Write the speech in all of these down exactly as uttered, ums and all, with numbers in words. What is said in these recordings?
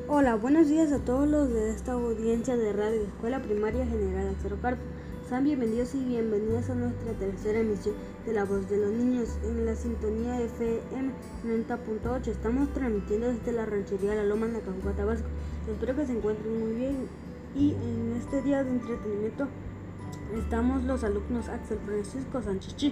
Hola, buenos días a todos los de esta audiencia de Radio Escuela Primaria General Lázaro Cárdenas. Sean bienvenidos y bienvenidas a nuestra tercera emisión de La Voz de los Niños en la sintonía F M noventa punto ocho. Estamos transmitiendo desde la ranchería La Loma en la Cajuca, Tabasco. Espero que se encuentren muy bien y en este día de entretenimiento estamos los alumnos Axel Francisco Sánchez Chi.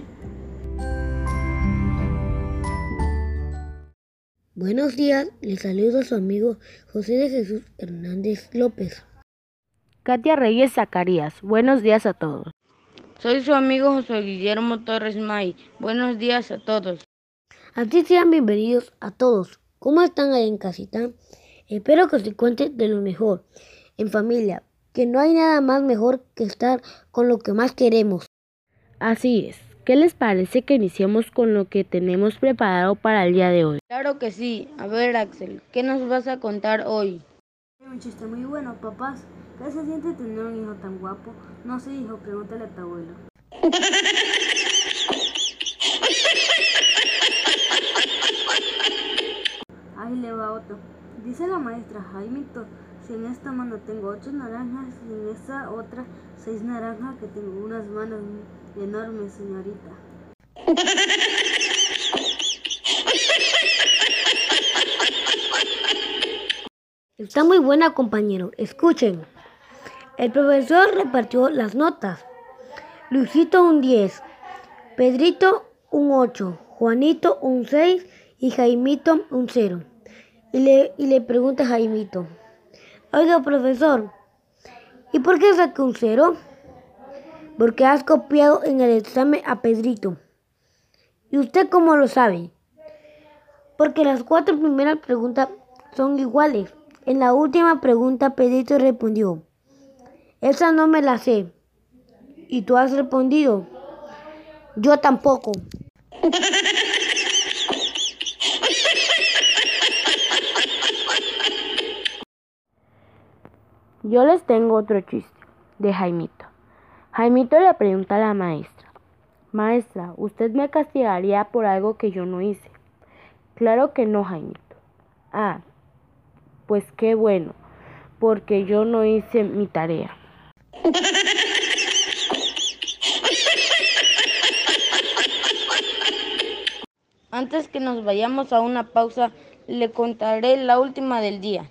Buenos días, les saludo a su amigo José de Jesús Hernández López. Katia Reyes Zacarías, buenos días a todos. Soy su amigo José Guillermo Torres May, buenos días a todos. Así sean bienvenidos a todos. ¿Cómo están ahí en casita? Espero que se encuentren de lo mejor, en familia, que no hay nada más mejor que estar con lo que más queremos. Así es. ¿Qué les parece que iniciemos con lo que tenemos preparado para el día de hoy? Claro que sí. A ver, Axel, ¿qué nos vas a contar hoy? Un chiste muy bueno, papás. ¿Qué se siente tener un hijo tan guapo? No sé, hijo, pregúntale a tu abuelo. Ahí le va otro. Dice la maestra: Jaimito, si en esta mano tengo ocho naranjas y en esta otra seis naranjas, que tengo unas manos enormes, señorita. Está muy buena, compañero. Escuchen. El profesor repartió las notas. Luisito un diez, Pedrito un ocho, Juanito un seis y Jaimito un cero. Y le, y le pregunta a Jaimito: oiga, profesor, ¿y por qué saqué un cero? Porque has copiado en el examen a Pedrito. ¿Y usted cómo lo sabe? Porque las cuatro primeras preguntas son iguales. En la última pregunta Pedrito respondió: esa no me la sé. ¿Y tú has respondido? Yo tampoco. Yo les tengo otro chiste de Jaimito. Jaimito le pregunta a la maestra: maestra, ¿usted me castigaría por algo que yo no hice? Claro que no, Jaimito. Ah, pues qué bueno, porque yo no hice mi tarea. Antes que nos vayamos a una pausa, le contaré la última del día.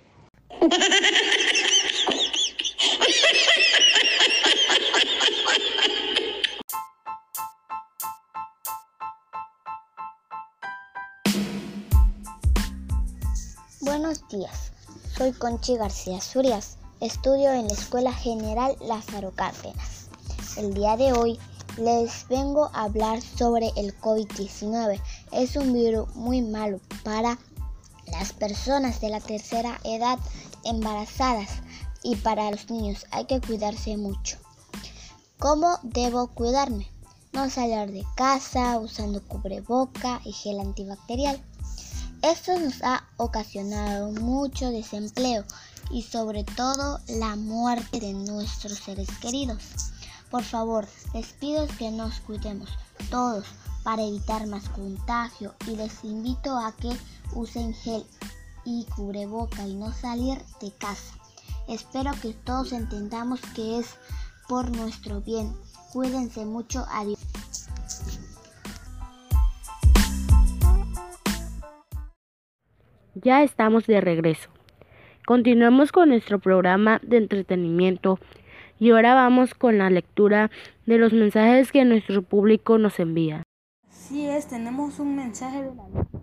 Buenos días, soy Conchi García Zurias, estudio en la Escuela General Lázaro Cárdenas. El día de hoy les vengo a hablar sobre el COVID diecinueve. Es un virus muy malo para las personas de la tercera edad, embarazadas, y para los niños. Hay que cuidarse mucho. ¿Cómo debo cuidarme? No salir de casa usando cubreboca y gel antibacterial. Esto nos ha ocasionado mucho desempleo y sobre todo la muerte de nuestros seres queridos. Por favor, les pido que nos cuidemos todos para evitar más contagio y les invito a que usen gel y cubreboca y no salir de casa. Espero que todos entendamos que es por nuestro bien. Cuídense mucho. Adiós. Ya estamos de regreso. Continuamos con nuestro programa de entretenimiento y ahora vamos con la lectura de los mensajes que nuestro público nos envía. Así es, tenemos un mensaje de la,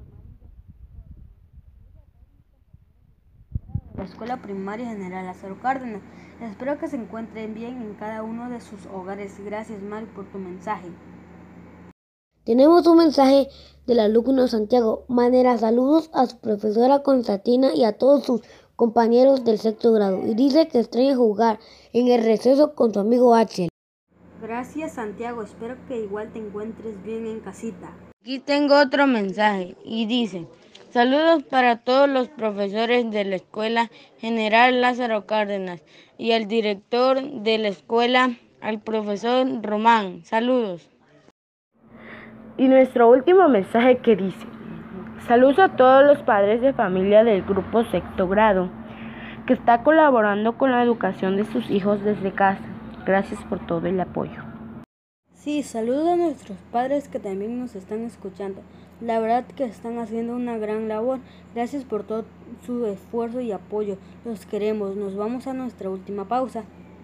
la Escuela Primaria General Lázaro Cárdenas. Espero que se encuentren bien en cada uno de sus hogares. Gracias, Mari, por tu mensaje. Tenemos un mensaje del alumno Santiago Manera. Saludos a su profesora Constantina y a todos sus compañeros del sexto grado. Y dice que extraña jugar en el receso con su amigo Axel. Gracias, Santiago. Espero que igual te encuentres bien en casita. Aquí tengo otro mensaje y dice: saludos para todos los profesores de la Escuela General Lázaro Cárdenas y al director de la escuela, al profesor Román. Saludos. Y nuestro último mensaje que dice: saludos a todos los padres de familia del grupo sexto grado. que está colaborando con la educación de sus hijos desde casa. Gracias por todo el apoyo. Sí, saludo a nuestros padres que también nos están escuchando. La verdad que están haciendo una gran labor. Gracias por todo su esfuerzo y apoyo. Los queremos. Nos vamos a nuestra última pausa.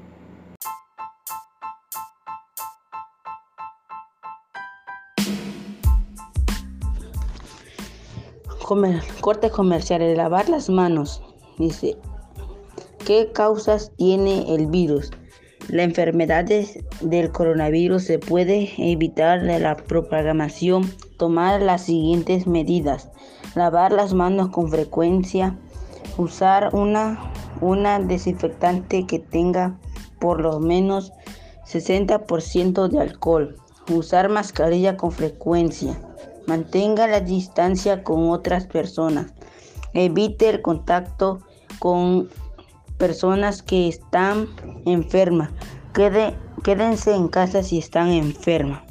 Comer, corte comercial, lavar las manos. Dice, ¿qué causas tiene el virus? La enfermedad de, del coronavirus se puede evitar de la propagación. Tomar las siguientes medidas: lavar las manos con frecuencia, usar una, una desinfectante que tenga por lo menos sesenta por ciento de alcohol, usar mascarilla con frecuencia, mantenga la distancia con otras personas, evite el contacto con personas que están enfermas, Quede, quédense en casa si están enfermas.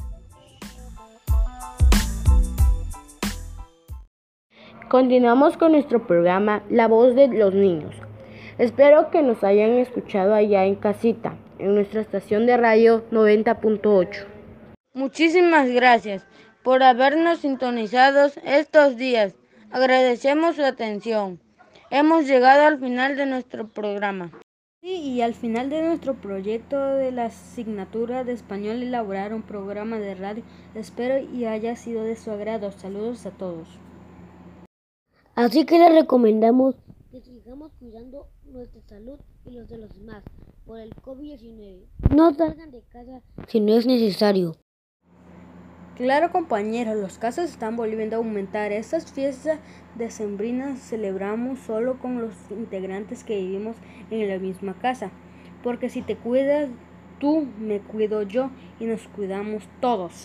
Continuamos con nuestro programa La Voz de los Niños. Espero que nos hayan escuchado allá en casita, en nuestra estación de radio noventa punto ocho. Muchísimas gracias por habernos sintonizado estos días. Agradecemos su atención. Hemos llegado al final de nuestro programa. Sí, y al final de nuestro proyecto de la asignatura de español elaborar un programa de radio. Espero y haya sido de su agrado. Saludos a todos. Así que les recomendamos que sigamos cuidando nuestra salud y los de los demás por el COVID diecinueve. No salgan de casa si no es necesario. Claro, compañeros, los casos están volviendo a aumentar. Estas fiestas decembrinas celebramos solo con los integrantes que vivimos en la misma casa. Porque si te cuidas tú, me cuido yo y nos cuidamos todos.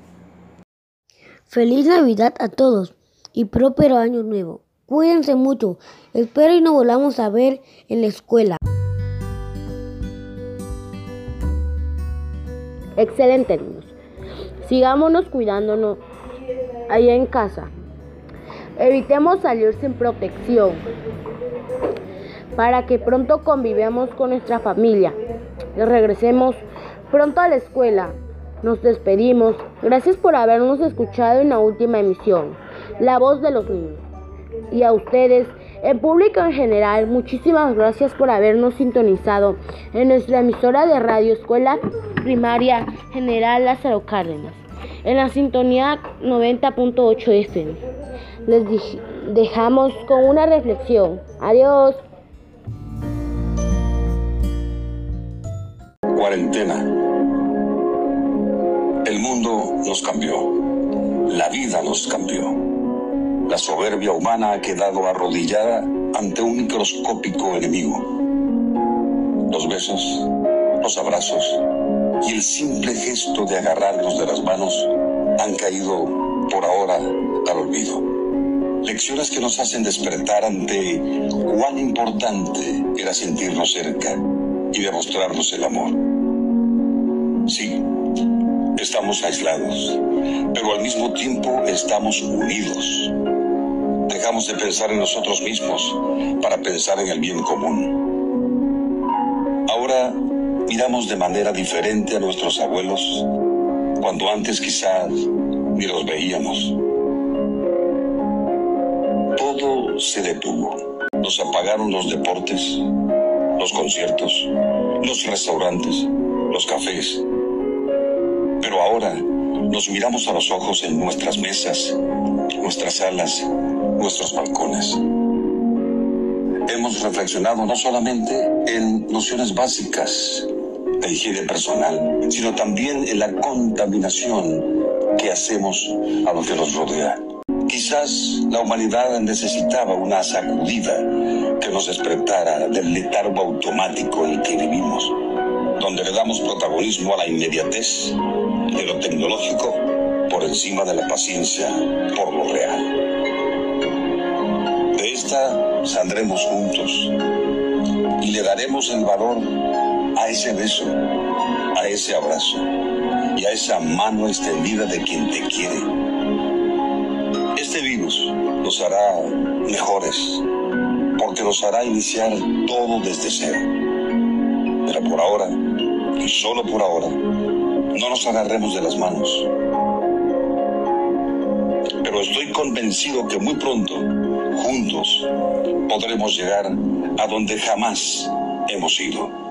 Feliz Navidad a todos y próspero año nuevo. Cuídense mucho. Espero y nos volvamos a ver en la escuela. Excelente, niños. Sigámonos cuidándonos allá en casa. Evitemos salir sin protección para que pronto convivamos con nuestra familia y regresemos pronto a la escuela. Nos despedimos. Gracias por habernos escuchado en la última emisión, La Voz de los Niños. Y a ustedes, el público en general, muchísimas gracias por habernos sintonizado en nuestra emisora de radio Escuela Primaria General Lázaro Cárdenas, en la sintonía noventa punto ocho F M. Les dejamos con una reflexión. Adiós. Cuarentena. El mundo nos cambió. La vida nos cambió. La soberbia humana ha quedado arrodillada ante un microscópico enemigo. Los besos, los abrazos y el simple gesto de agarrarnos de las manos han caído por ahora al olvido. Lecciones que nos hacen despertar ante cuán importante era sentirnos cerca y demostrarnos el amor. Sí, estamos aislados, pero al mismo tiempo estamos unidos. Dejamos de pensar en nosotros mismos para pensar en el bien común. Ahora miramos de manera diferente a nuestros abuelos, cuando antes quizás ni los veíamos. Todo se detuvo. Nos apagaron los deportes, los conciertos, los restaurantes, los cafés. Pero ahora nos miramos a los ojos en nuestras mesas, nuestras salas, nuestros balcones. Hemos reflexionado no solamente en nociones básicas de higiene personal, sino también en la contaminación que hacemos a lo que nos rodea. Quizás la humanidad necesitaba una sacudida que nos despertara del letargo automático en que vivimos, donde le damos protagonismo a la inmediatez de lo tecnológico por encima de la paciencia por lo real. De esta saldremos juntos y le daremos el valor a ese beso, a ese abrazo y a esa mano extendida de quien te quiere. Este virus nos hará mejores por porque nos hará iniciar todo desde cero. Pero por ahora, y solo por ahora, no nos agarremos de las manos. Pero estoy convencido que muy pronto, juntos, podremos llegar a donde jamás hemos ido.